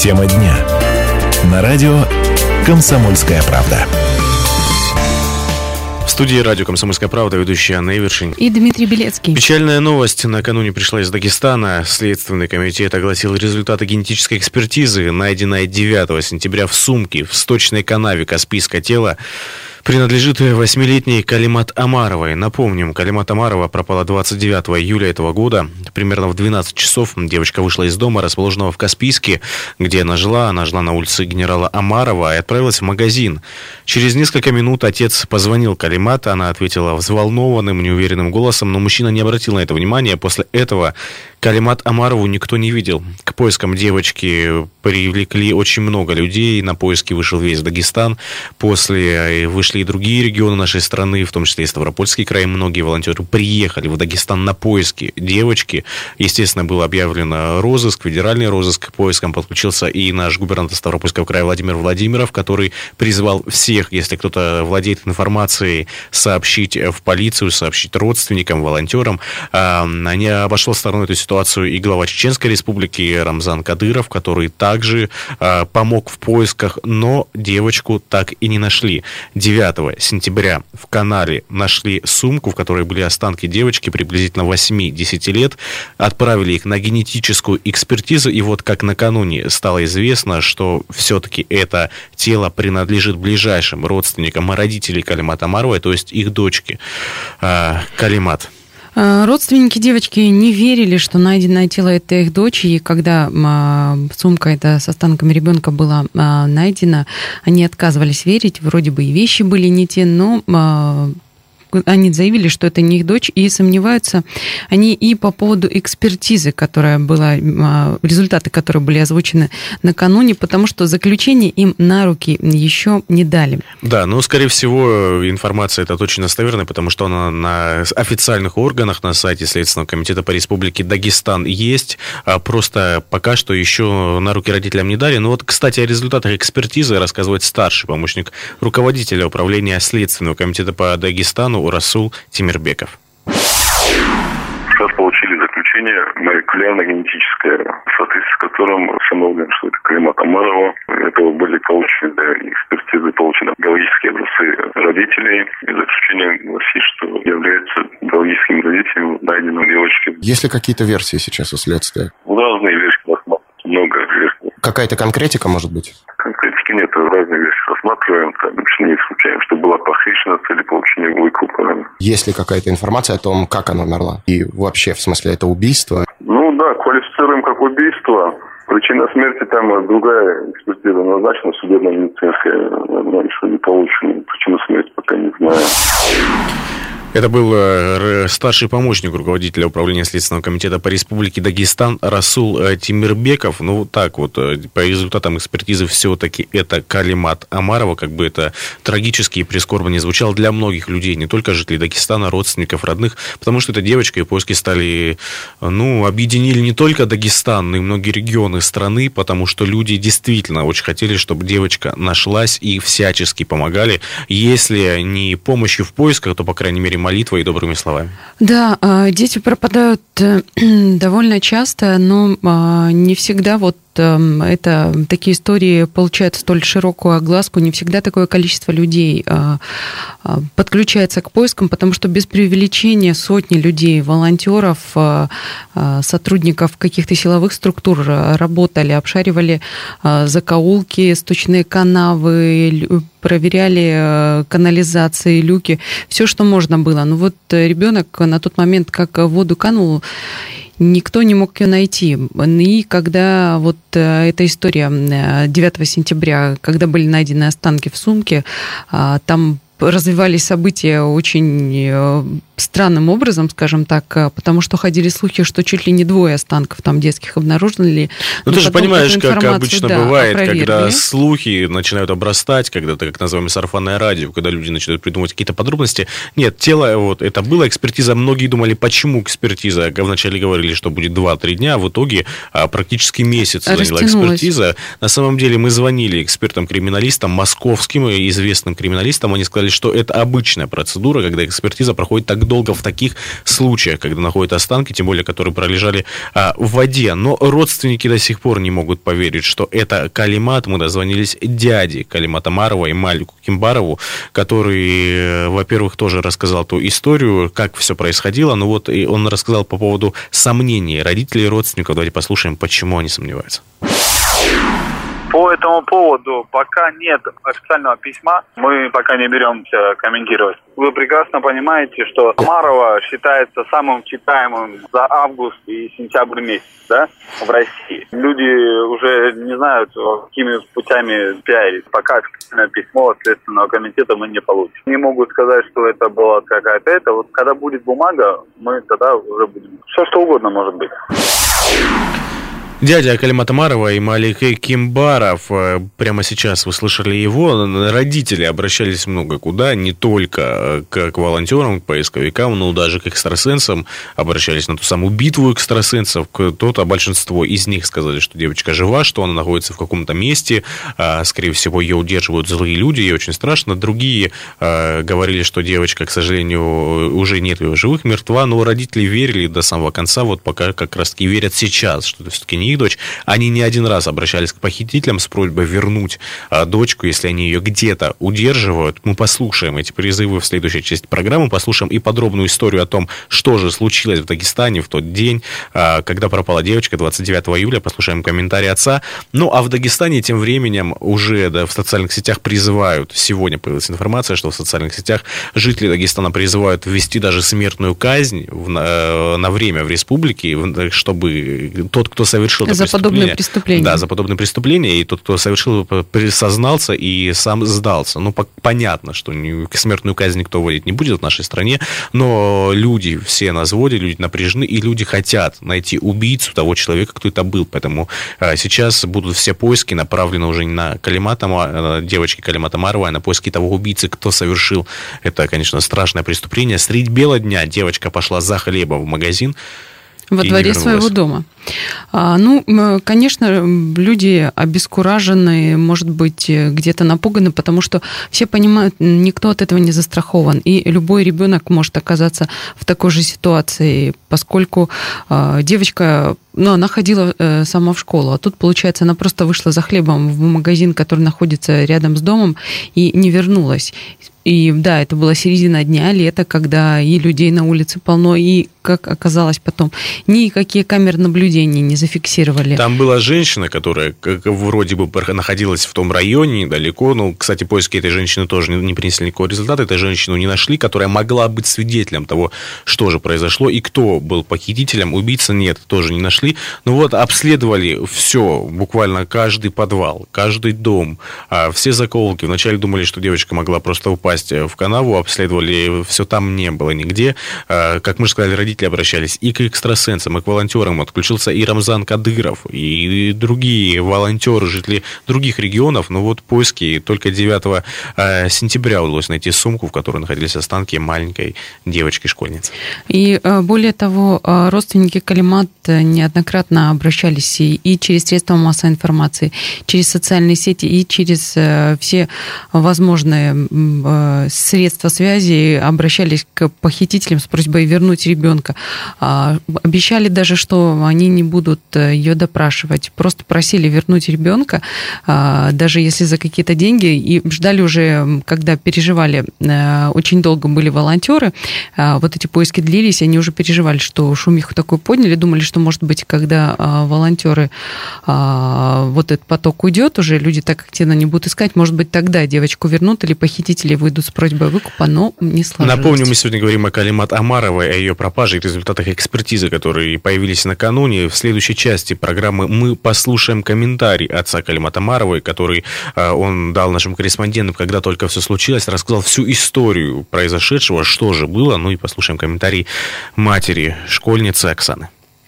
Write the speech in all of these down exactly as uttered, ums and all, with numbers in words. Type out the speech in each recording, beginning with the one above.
Тема дня. На радио «Комсомольская правда». В студии радио «Комсомольская правда» ведущая Анна Ивершин и Дмитрий Белецкий. Печальная новость накануне пришла из Дагестана. Следственный комитет огласил результаты генетической экспертизы. Найденное девятого сентября в сумке в сточной канаве Каспийское тело принадлежит восьмилетней Калимат Омаровой. Напомним, Калимат Омарова пропала двадцать девятого июля этого года. Примерно в двенадцать часов девочка вышла из дома, расположенного в Каспийске, где она жила. Она жила на улице генерала Омарова и отправилась в магазин. Через несколько минут отец позвонил Калимат. Она ответила взволнованным, неуверенным голосом, но мужчина не обратил на это внимания. После этого Калимат Омарову никто не видел. К поискам девочки привлекли очень много людей. На поиски вышел весь Дагестан. После вышли и другие регионы нашей страны, в том числе и Ставропольский край. Многие волонтеры приехали в Дагестан на поиски девочки. Естественно, был объявлен розыск, федеральный розыск. К поискам подключился и наш губернатор Ставропольского края Владимир Владимиров, который призвал всех, если кто-то владеет информацией, сообщить в полицию, сообщить родственникам, волонтерам. Не обошел стороной эту ситуацию и глава Чеченской республики Рамзан Кадыров, который также помог в поисках, но девочку так и не нашли. девятого сентября в канале нашли сумку, в которой были останки девочки приблизительно восемь-десять лет. Отправили их на генетическую экспертизу. И вот как накануне стало известно, что все-таки это тело принадлежит ближайшим родственникам родителей Калимат Омаровой, то есть их дочки. Калимат. Родственники девочки не верили, что найденное тело – это их дочь, и когда сумка эта с останками ребенка была найдена, они отказывались верить, вроде бы и вещи были не те, но они заявили, что это не их дочь, и сомневаются они и по поводу экспертизы, которая была, результаты которой были озвучены накануне, потому что заключение им на руки еще не дали. Да, но, скорее всего, информация эта точно достоверная, потому что она на официальных органах, на сайте Следственного комитета по Республике Дагестан есть, а просто пока что еще на руки родителям не дали. Но вот, кстати, о результатах экспертизы рассказывает старший помощник руководителя управления Следственного комитета по Дагестану Расул Тимирбеков. Сейчас получили заключение молекулярно-генетическое, в соответствии с которым установлено, что это Калимат Омарова. Это были получены для экспертизы, получены биологические образцы родителей. И заключение гласит, что является биологическими родителями найденной девочки. Есть ли какие-то версии сейчас у следствия? Разные версии рассматриваются, много версий. Какая-то конкретика, может быть? Конкретики нет, разные версии рассматриваем. Обычно не исключаем, что была похищена с целью получения выкупа. Есть ли какая-то информация о том, как она умерла? И вообще, в смысле, это убийство? Ну да, квалифицируем как убийство. Причина смерти там другая экспертиза назначена, судебно-медицинская, но еще не получена. Причину смерти пока не знаю. Это был старший помощник руководителя управления Следственного комитета по Республике Дагестан Расул Тимирбеков. Ну, так вот, по результатам экспертизы все-таки это Калимат Омарова, как бы это трагически и прискорбно не звучало для многих людей, не только жителей Дагестана, родственников, родных, потому что эта девочка и поиски стали, ну, объединили не только Дагестан, но и многие регионы страны, потому что люди действительно очень хотели, чтобы девочка нашлась и всячески помогали. Если не помощью в поисках, то, по крайней мере, молитвой и добрыми словами. Да, дети пропадают довольно часто, но не всегда вот это, такие истории получают столь широкую огласку, не всегда такое количество людей подключается к поискам, потому что без преувеличения сотни людей, волонтеров, сотрудников каких-то силовых структур работали, обшаривали закоулки, сточные канавы, проверяли канализации, люки, все, что можно было. Но вот ребенок на тот момент, как в воду канул, никто не мог ее найти. И когда вот эта история девятого сентября, когда были найдены останки в сумке, там развивались события очень странным образом, скажем так, потому что ходили слухи, что чуть ли не двое останков там детских обнаружили. Ну, ты же понимаешь, как обычно да, бывает, опроверили. Когда слухи начинают обрастать, когда это, как называемое, сарафанное радио, когда люди начинают придумывать какие-то подробности. Нет, тело, вот, это была экспертиза, многие думали, почему экспертиза, вначале говорили, что будет два-три дня, а в итоге а, практически месяц заняла экспертиза. На самом деле мы звонили экспертам-криминалистам, московским известным криминалистам, они сказали, сказали, что это обычная процедура, когда экспертиза проходит так долго в таких случаях, когда находят останки, тем более, которые пролежали а, в воде. Но родственники до сих пор не могут поверить, что это Калимат. Мы дозвонились дяде Калимата Амарова и Малику Кимбарову, который, во-первых, тоже рассказал ту историю, как все происходило. Но вот и он рассказал по поводу сомнений родителей и родственников. Давайте послушаем, почему они сомневаются. По этому поводу пока нет официального письма, мы пока не беремся комментировать. Вы прекрасно понимаете, что Амарова считается самым читаемым за август и сентябрь месяц, да, в России. Люди уже не знают, какими путями пиарить. Пока официальное письмо от Следственного комитета мы не получим. Не могу сказать, что это была какая-то это. Вот когда будет бумага, мы тогда уже будем. Все что угодно может быть. Дядя Калимата Амарова и Малик Кимбаров. Прямо сейчас вы слышали его. Родители обращались много куда, не только к, к волонтерам, к поисковикам, но даже к экстрасенсам. Обращались на ту самую битву экстрасенсов. Кто-то, большинство из них сказали, что девочка жива, что она находится в каком-то месте. Скорее всего, ее удерживают злые люди, ей очень страшно. Другие говорили, что девочка, к сожалению, уже нет ее живых, мертва. Но родители верили до самого конца, вот пока как раз-таки верят сейчас, что это все-таки не их дочь. Они не один раз обращались к похитителям с просьбой вернуть а, дочку, если они ее где-то удерживают. Мы послушаем эти призывы в следующей части программы, послушаем и подробную историю о том, что же случилось в Дагестане в тот день, а, когда пропала девочка, двадцать девятого июля. Послушаем комментарий отца. Ну, а в Дагестане тем временем уже да, в социальных сетях призывают, сегодня появилась информация, что в социальных сетях жители Дагестана призывают ввести даже смертную казнь в, на, на время в республике, чтобы тот, кто совершил за подобное преступление. Да, за подобное преступление. И тот, кто совершил, сознался и сам сдался. Ну, понятно, что смертную казнь никто вводить не будет в нашей стране, но люди все на взводе, люди напряжены, и люди хотят найти убийцу того человека, кто это был. Поэтому сейчас будут все поиски направлены уже не на Калимата, девочки Калимата Амарова, а на поиски того убийцы, кто совершил это, конечно, страшное преступление. Средь бела дня девочка пошла за хлебом в магазин. Во дворе своего дома. А, ну, конечно, люди обескуражены, может быть, где-то напуганы, потому что все понимают, никто от этого не застрахован. И любой ребенок может оказаться в такой же ситуации, поскольку а, девочка, ну, она ходила а, сама в школу, а тут, получается, она просто вышла за хлебом в магазин, который находится рядом с домом, и не вернулась. И да, это была середина дня, лето, когда и людей на улице полно, и, как оказалось потом, никакие камеры наблюдения не зафиксировали. Там была женщина, которая как, вроде бы находилась в том районе недалеко. Ну, кстати, поиски этой женщины тоже не, не принесли никакого результата. Эту женщину не нашли, которая могла быть свидетелем того, что же произошло, и кто был похитителем. Убийца нет, тоже не нашли. Ну вот, обследовали все, буквально каждый подвал, каждый дом, все закоулки. Вначале думали, что девочка могла просто упасть в канаву, обследовали, все там не было нигде. Как мы же сказали, родители обращались и к экстрасенсам, и к волонтерам. Отключился и Рамзан Кадыров, и другие волонтеры, жители других регионов. Но вот поиски только девятого сентября удалось найти сумку, в которой находились останки маленькой девочки-школьницы. И более того, родственники Калимата неоднократно обращались и, и через средства массовой информации, через социальные сети, и через все возможные средства связи, обращались к похитителям с просьбой вернуть ребенка. Обещали даже, что они не будут ее допрашивать. Просто просили вернуть ребенка, даже если за какие-то деньги. И ждали уже, когда переживали, очень долго были волонтеры, вот эти поиски длились, они уже переживали, что шумиху такую подняли, думали, что, может быть, когда волонтеры, вот этот поток уйдет, уже люди так активно не будут искать, может быть, тогда девочку вернут или похитители выйдут с просьбой выкупа, но не сложилось. Напомню, мы сегодня говорим о Калимат Амаровой, о ее пропаже и результатах экспертизы, которые появились накануне. В следующей части программы мы послушаем комментарий отца Калимата Амаровой, который он дал нашим корреспондентам, когда только все случилось, рассказал всю историю произошедшего, что же было. Ну и послушаем комментарий матери школьницы Оксаны.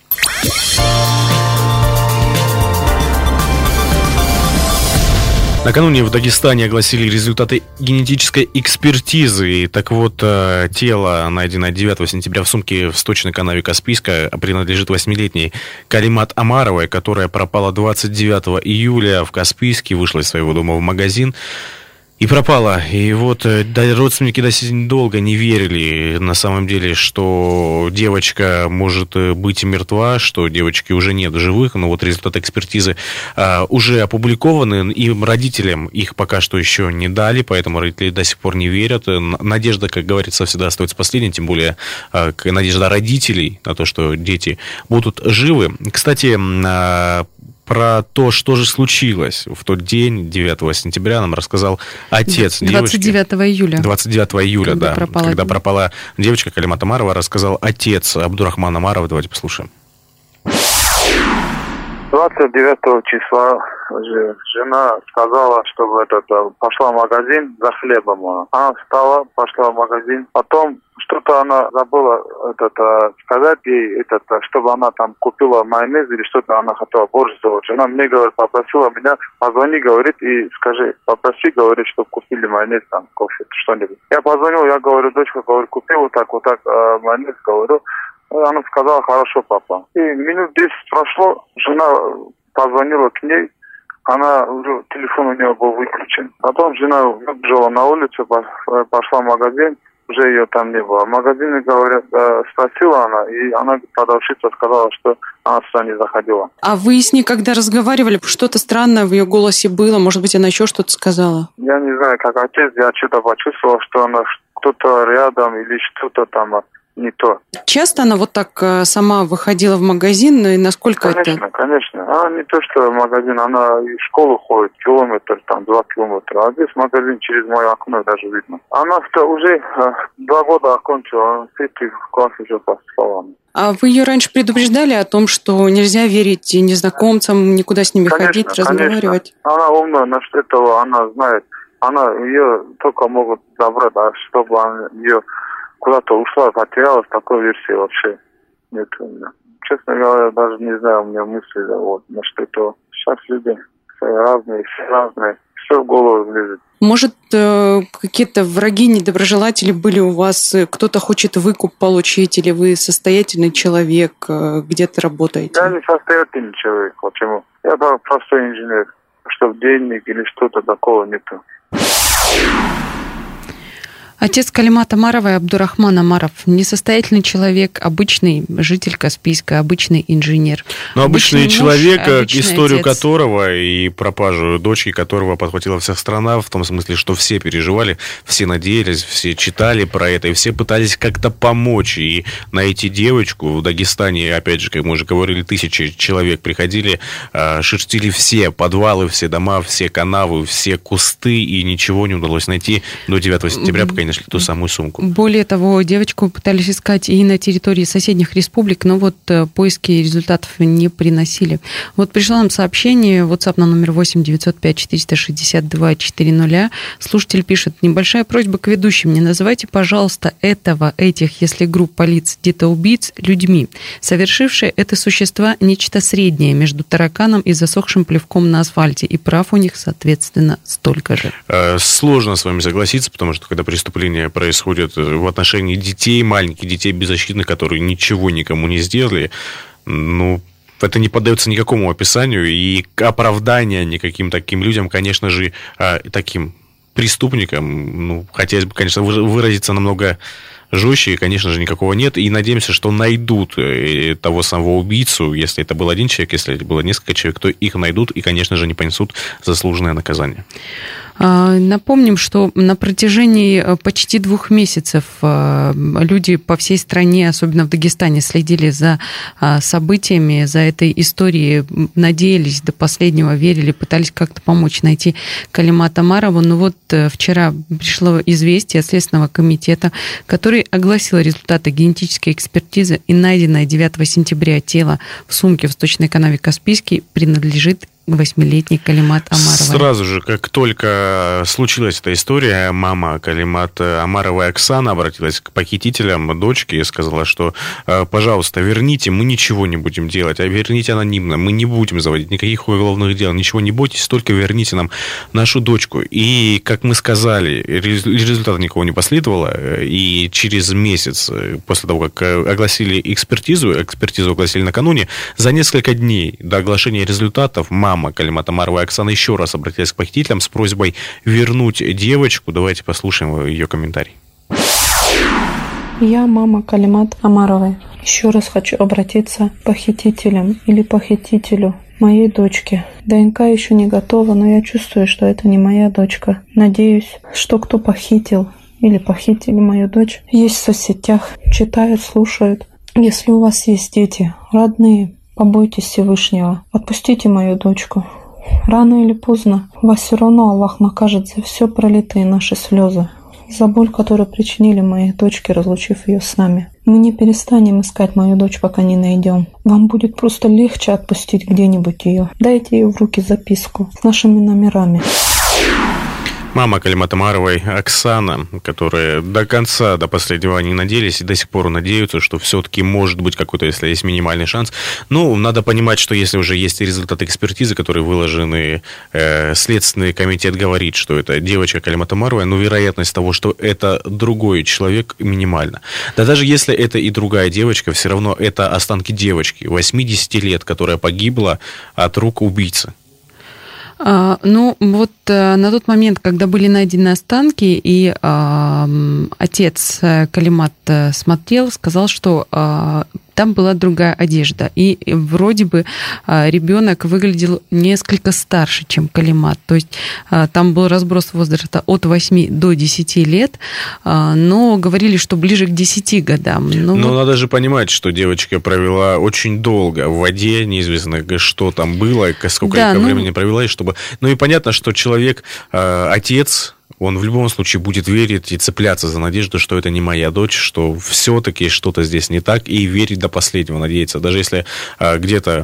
Накануне в Дагестане огласили результаты генетической экспертизы. И так вот, тело, найденное девятого сентября в сумке в сточной канаве Каспийска, принадлежит восьмилетней Калимат Амаровой, которая пропала двадцать девятого июля в Каспийске, вышла из своего дома в магазин И пропала. И вот да, родственники долго не верили, на самом деле, что девочка может быть мертва, что девочки уже нет в живых, но вот результаты экспертизы а, уже опубликованы, и родителям их пока что еще не дали, поэтому родители до сих пор не верят. Надежда, как говорится, всегда остается последней, тем более а, надежда родителей на то, что дети будут живы. Кстати, а, про то, что же случилось в тот день, девятого сентября, нам рассказал отец девочки. двадцать девятого июля. двадцать девятого июля, когда да. Пропала. Когда пропала девочка Калимат Омарова, рассказал отец Абдурахмана Омарова. Давайте послушаем. двадцать девятого числа жена сказала, чтобы этот, пошла в магазин за хлебом. Она встала, пошла в магазин. Потом что-то она забыла этот, сказать ей, этот, чтобы она там купила майонез или что-то она хотела борщ сделать. Она мне говорит, попросила меня, позвони, говорит, и скажи, попроси, говорит, чтобы купили майонез, там, кофе, что-нибудь. Я позвонил, я говорю, дочка, говорю, купи вот так, вот так майонез, говорю. Она сказала, хорошо, папа. И минут десять прошло, жена позвонила к ней, она уже, телефон у нее был выключен. Потом жена выбежала на улицу, пошла в магазин, уже ее там не было. В магазине, говорят, спросила она, и она, продавщица, сказала, что она сюда не заходила. А вы с ней когда разговаривали, что-то странное в ее голосе было? Может быть, она еще что-то сказала? Я не знаю, как отец, я что-то почувствовал, что она кто-то рядом или что-то там не то. Часто она вот так сама выходила в магазин, и насколько конечно, это? Конечно, конечно. Она не то, что в магазин, она и в школу ходит, километр, там, два километра. А здесь магазин через мое окно даже видно. Она уже э, два года окончила, третий класс уже поступала. А вы ее раньше предупреждали о том, что нельзя верить незнакомцам, никуда с ними конечно, ходить, разговаривать? Конечно. Она умная, насчет этого она знает. Она, ее только могут забрать, а чтобы она, ее куда-то ушла, потерялась, такой версии вообще нет у меня. Честно говоря, даже не знаю, у меня мысли, вот, насчет этого. Сейчас люди все разные, все разные, все в голову влезет. Может, какие-то враги, недоброжелатели были у вас, кто-то хочет выкуп получить, или вы состоятельный человек, где-то работаете? Я не состоятельный человек, почему? Я простой инженер, чтобы денег или что-то такого нету. Отец Калимат Омаровой, Абдурахман Омаров, несостоятельный человек, обычный житель Каспийска, обычный инженер. Но обычный, обычный человек, муж, обычный историю отец. которого и пропажу дочки которого подхватила вся страна, в том смысле, что все переживали, все надеялись, все читали про это, и все пытались как-то помочь и найти девочку. В Дагестане, опять же, как мы уже говорили, тысячи человек приходили, шерстили все подвалы, все дома, все канавы, все кусты, и ничего не удалось найти до девятого сентября, пока не нашли ту самую сумку. Более того, девочку пытались искать и на территории соседних республик, но вот поиски результатов не приносили. Вот пришло нам сообщение, WhatsApp на номер восемь девятьсот пять четыреста шестьдесят два четыреста. Слушатель пишет: небольшая просьба к ведущим. Не называйте, пожалуйста, этого, этих, если группа лиц детоубийц, людьми. Совершившие это существа нечто среднее между тараканом и засохшим плевком на асфальте. И прав у них, соответственно, столько же. Сложно с вами согласиться, потому что когда преступление происходит в отношении детей, маленьких детей беззащитных, которые ничего никому не сделали, ну, это не поддается никакому описанию, и оправдания никаким таким людям, конечно же, таким преступникам, ну, хотелось бы, конечно, выразиться намного жестче, конечно же, никакого нет. И надеемся, что найдут того самого убийцу. Если это был один человек, если это было несколько человек, то их найдут и, конечно же, не понесут заслуженное наказание. Напомним, что на протяжении почти двух месяцев люди по всей стране, особенно в Дагестане, следили за событиями, за этой историей, надеялись до последнего, верили, пытались как-то помочь найти Калимат Омарову. Но вот вчера пришло известие от Следственного комитета, который огласил результаты генетической экспертизы, и найденное девятого сентября тело в сумке в сточной канаве Каспийский принадлежит восьмилетней Калимат Омаровой. Сразу же, как только случилась эта история, мама Калимат Омаровой Оксана обратилась к похитителям дочки и сказала, что, пожалуйста, верните, мы ничего не будем делать, а верните анонимно, мы не будем заводить никаких уголовных дел, ничего не бойтесь, только верните нам нашу дочку. И, как мы сказали, результата никого не последовало, и через месяц, после того, как огласили экспертизу, экспертизу огласили накануне, за несколько дней до оглашения результатов мама мама Калимат Омаровой Оксана еще раз обратилась к похитителям с просьбой вернуть девочку. Давайте послушаем ее комментарий. Я мама Калимат Омаровой. Еще раз хочу обратиться к похитителям или похитителю моей дочки. ДНК еще не готова, но я чувствую, что это не моя дочка. Надеюсь, что кто похитил или похитили мою дочь, есть в соцсетях, читают, слушают. Если у вас есть дети, родные, побойтесь Всевышнего. Отпустите мою дочку. Рано или поздно вас все равно Аллах накажет за все пролитые наши слезы, за боль, которую причинили моей дочке, разлучив ее с нами. Мы не перестанем искать мою дочь, пока не найдем. Вам будет просто легче отпустить где-нибудь ее. Дайте ей в руки записку с нашими номерами. Мама Калимат Омаровой Оксана, которые до конца, до последнего не надеялись и до сих пор надеются, что все-таки может быть какой-то, если есть минимальный шанс. Ну, надо понимать, что если уже есть результаты экспертизы, которые выложены, э, Следственный комитет говорит, что это девочка Калимат Омаровой, но вероятность того, что это другой человек, минимальна. Да даже если это и другая девочка, все равно это останки девочки, восьмидесяти лет, которая погибла от рук убийцы. А, ну, вот а, на тот момент, когда были найдены останки, и а, отец Калимат смотрел, сказал, что а, там была другая одежда. И вроде бы а, ребенок выглядел несколько старше, чем Калимат. То есть а, там был разброс возраста от восьми до десяти лет, а, но говорили, что ближе к десяти годам. Ну, но вот... надо же понимать, что девочка провела очень долго в воде, неизвестно, что там было, сколько да, ну... времени провела, и чтобы... Ну и понятно, что человек, э, отец... он в любом случае будет верить и цепляться за надежду, что это не моя дочь, что все-таки что-то здесь не так, и верить до последнего, надеяться. Даже если а, где-то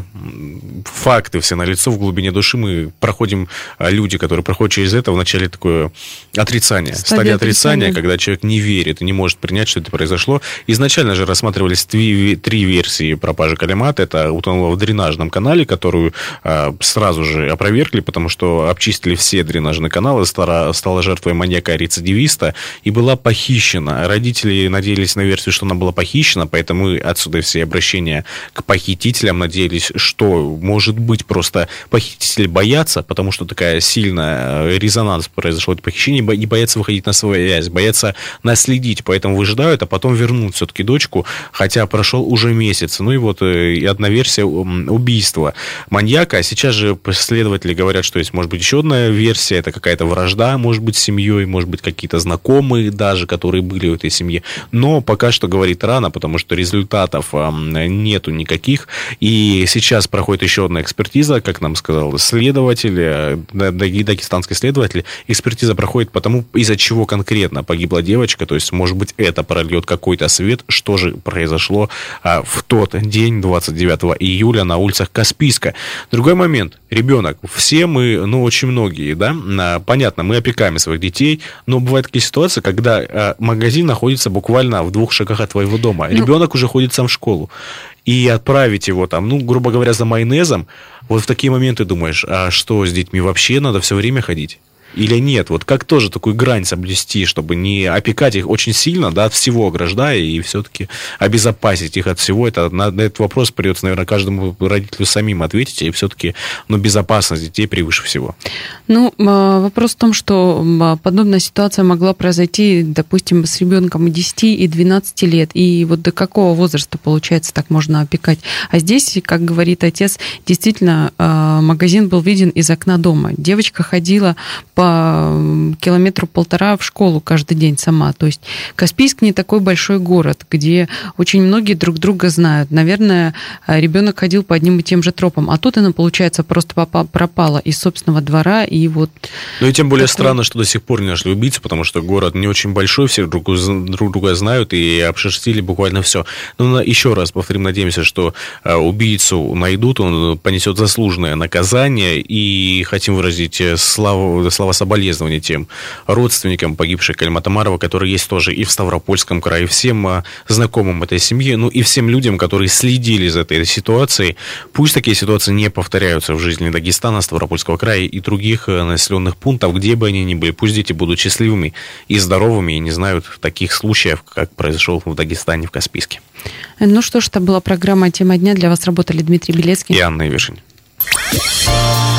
факты все налицо, в глубине души мы проходим, а, люди, которые проходят через это, вначале такое отрицание. Стадия, Стадия отрицания, отрицания, когда человек не верит и не может принять, что это произошло. Изначально же рассматривались три, три версии пропажи Калимат. Это утонула в дренажном канале, которую а, сразу же опровергли, потому что обчистили все дренажные каналы, стала, стала жертвой маньяка-рецидивиста и была похищена. Родители надеялись на версию, что она была похищена, поэтому отсюда все обращения к похитителям надеялись, что, может быть, просто похитители боятся, потому что такая сильная резонанс произошел от похищения, не боятся выходить на связь, боятся наследить, поэтому выжидают, а потом вернут все-таки дочку, хотя прошел уже месяц. Ну и вот и одна версия убийства маньяка. Сейчас же следователи говорят, что есть, может быть, еще одна версия, это какая-то вражда, может быть, семьей, может быть, какие-то знакомые даже, которые были в этой семье. Но пока что говорить рано, потому что результатов нету никаких. И сейчас проходит еще одна экспертиза, как нам сказал следователь, дагестанский следователь. Экспертиза проходит потому, из-за чего конкретно погибла девочка. То есть, может быть, это прольет какой-то свет, что же произошло в тот день, двадцать девятого июля, на улицах Каспийска. Другой момент. Ребенок. Все мы, ну, очень многие, да, понятно, мы опекаем своих детей, но бывают такие ситуации, когда э, магазин находится буквально в двух шагах от твоего дома. Ребенок уже ходит сам в школу. И отправить его там, ну, грубо говоря, за майонезом, вот в такие моменты думаешь, а что, с детьми вообще надо все время ходить? Или нет? Вот как тоже такую грань соблюсти, чтобы не опекать их очень сильно, да, от всего ограждая, и все-таки обезопасить их от всего. Это, на, на этот вопрос придется, наверное, каждому родителю самим ответить, и все-таки, ну, безопасность детей превыше всего. Ну, вопрос в том, что подобная ситуация могла произойти, допустим, с ребенком и десяти, и двенадцати лет, и вот до какого возраста, получается, так можно опекать. А здесь, как говорит отец, действительно, магазин был виден из окна дома. Девочка ходила по километру полтора в школу каждый день сама. То есть Каспийск не такой большой город, где очень многие друг друга знают. Наверное, ребенок ходил по одним и тем же тропам. А тут она, получается, просто пропала из собственного двора. И вот ну и тем более такой... странно, что до сих пор не нашли убийцу, потому что город не очень большой, все друг, друг друга знают и обшерстили буквально все. Но еще раз повторим, надеемся, что убийцу найдут, он понесет заслуженное наказание, и хотим выразить славу, слава соболезнования тем родственникам погибшей Калимат Омаровой, которые есть тоже и в Ставропольском крае, и всем знакомым этой семьи, ну и всем людям, которые следили за этой ситуацией. Пусть такие ситуации не повторяются в жизни Дагестана, Ставропольского края и других населенных пунктов, где бы они ни были. Пусть дети будут счастливыми и здоровыми и не знают таких случаев, как произошел в Дагестане, в Каспийске. Ну что ж, это была программа «Тема дня». Для вас работали Дмитрий Белецкий и Анна Ивешин.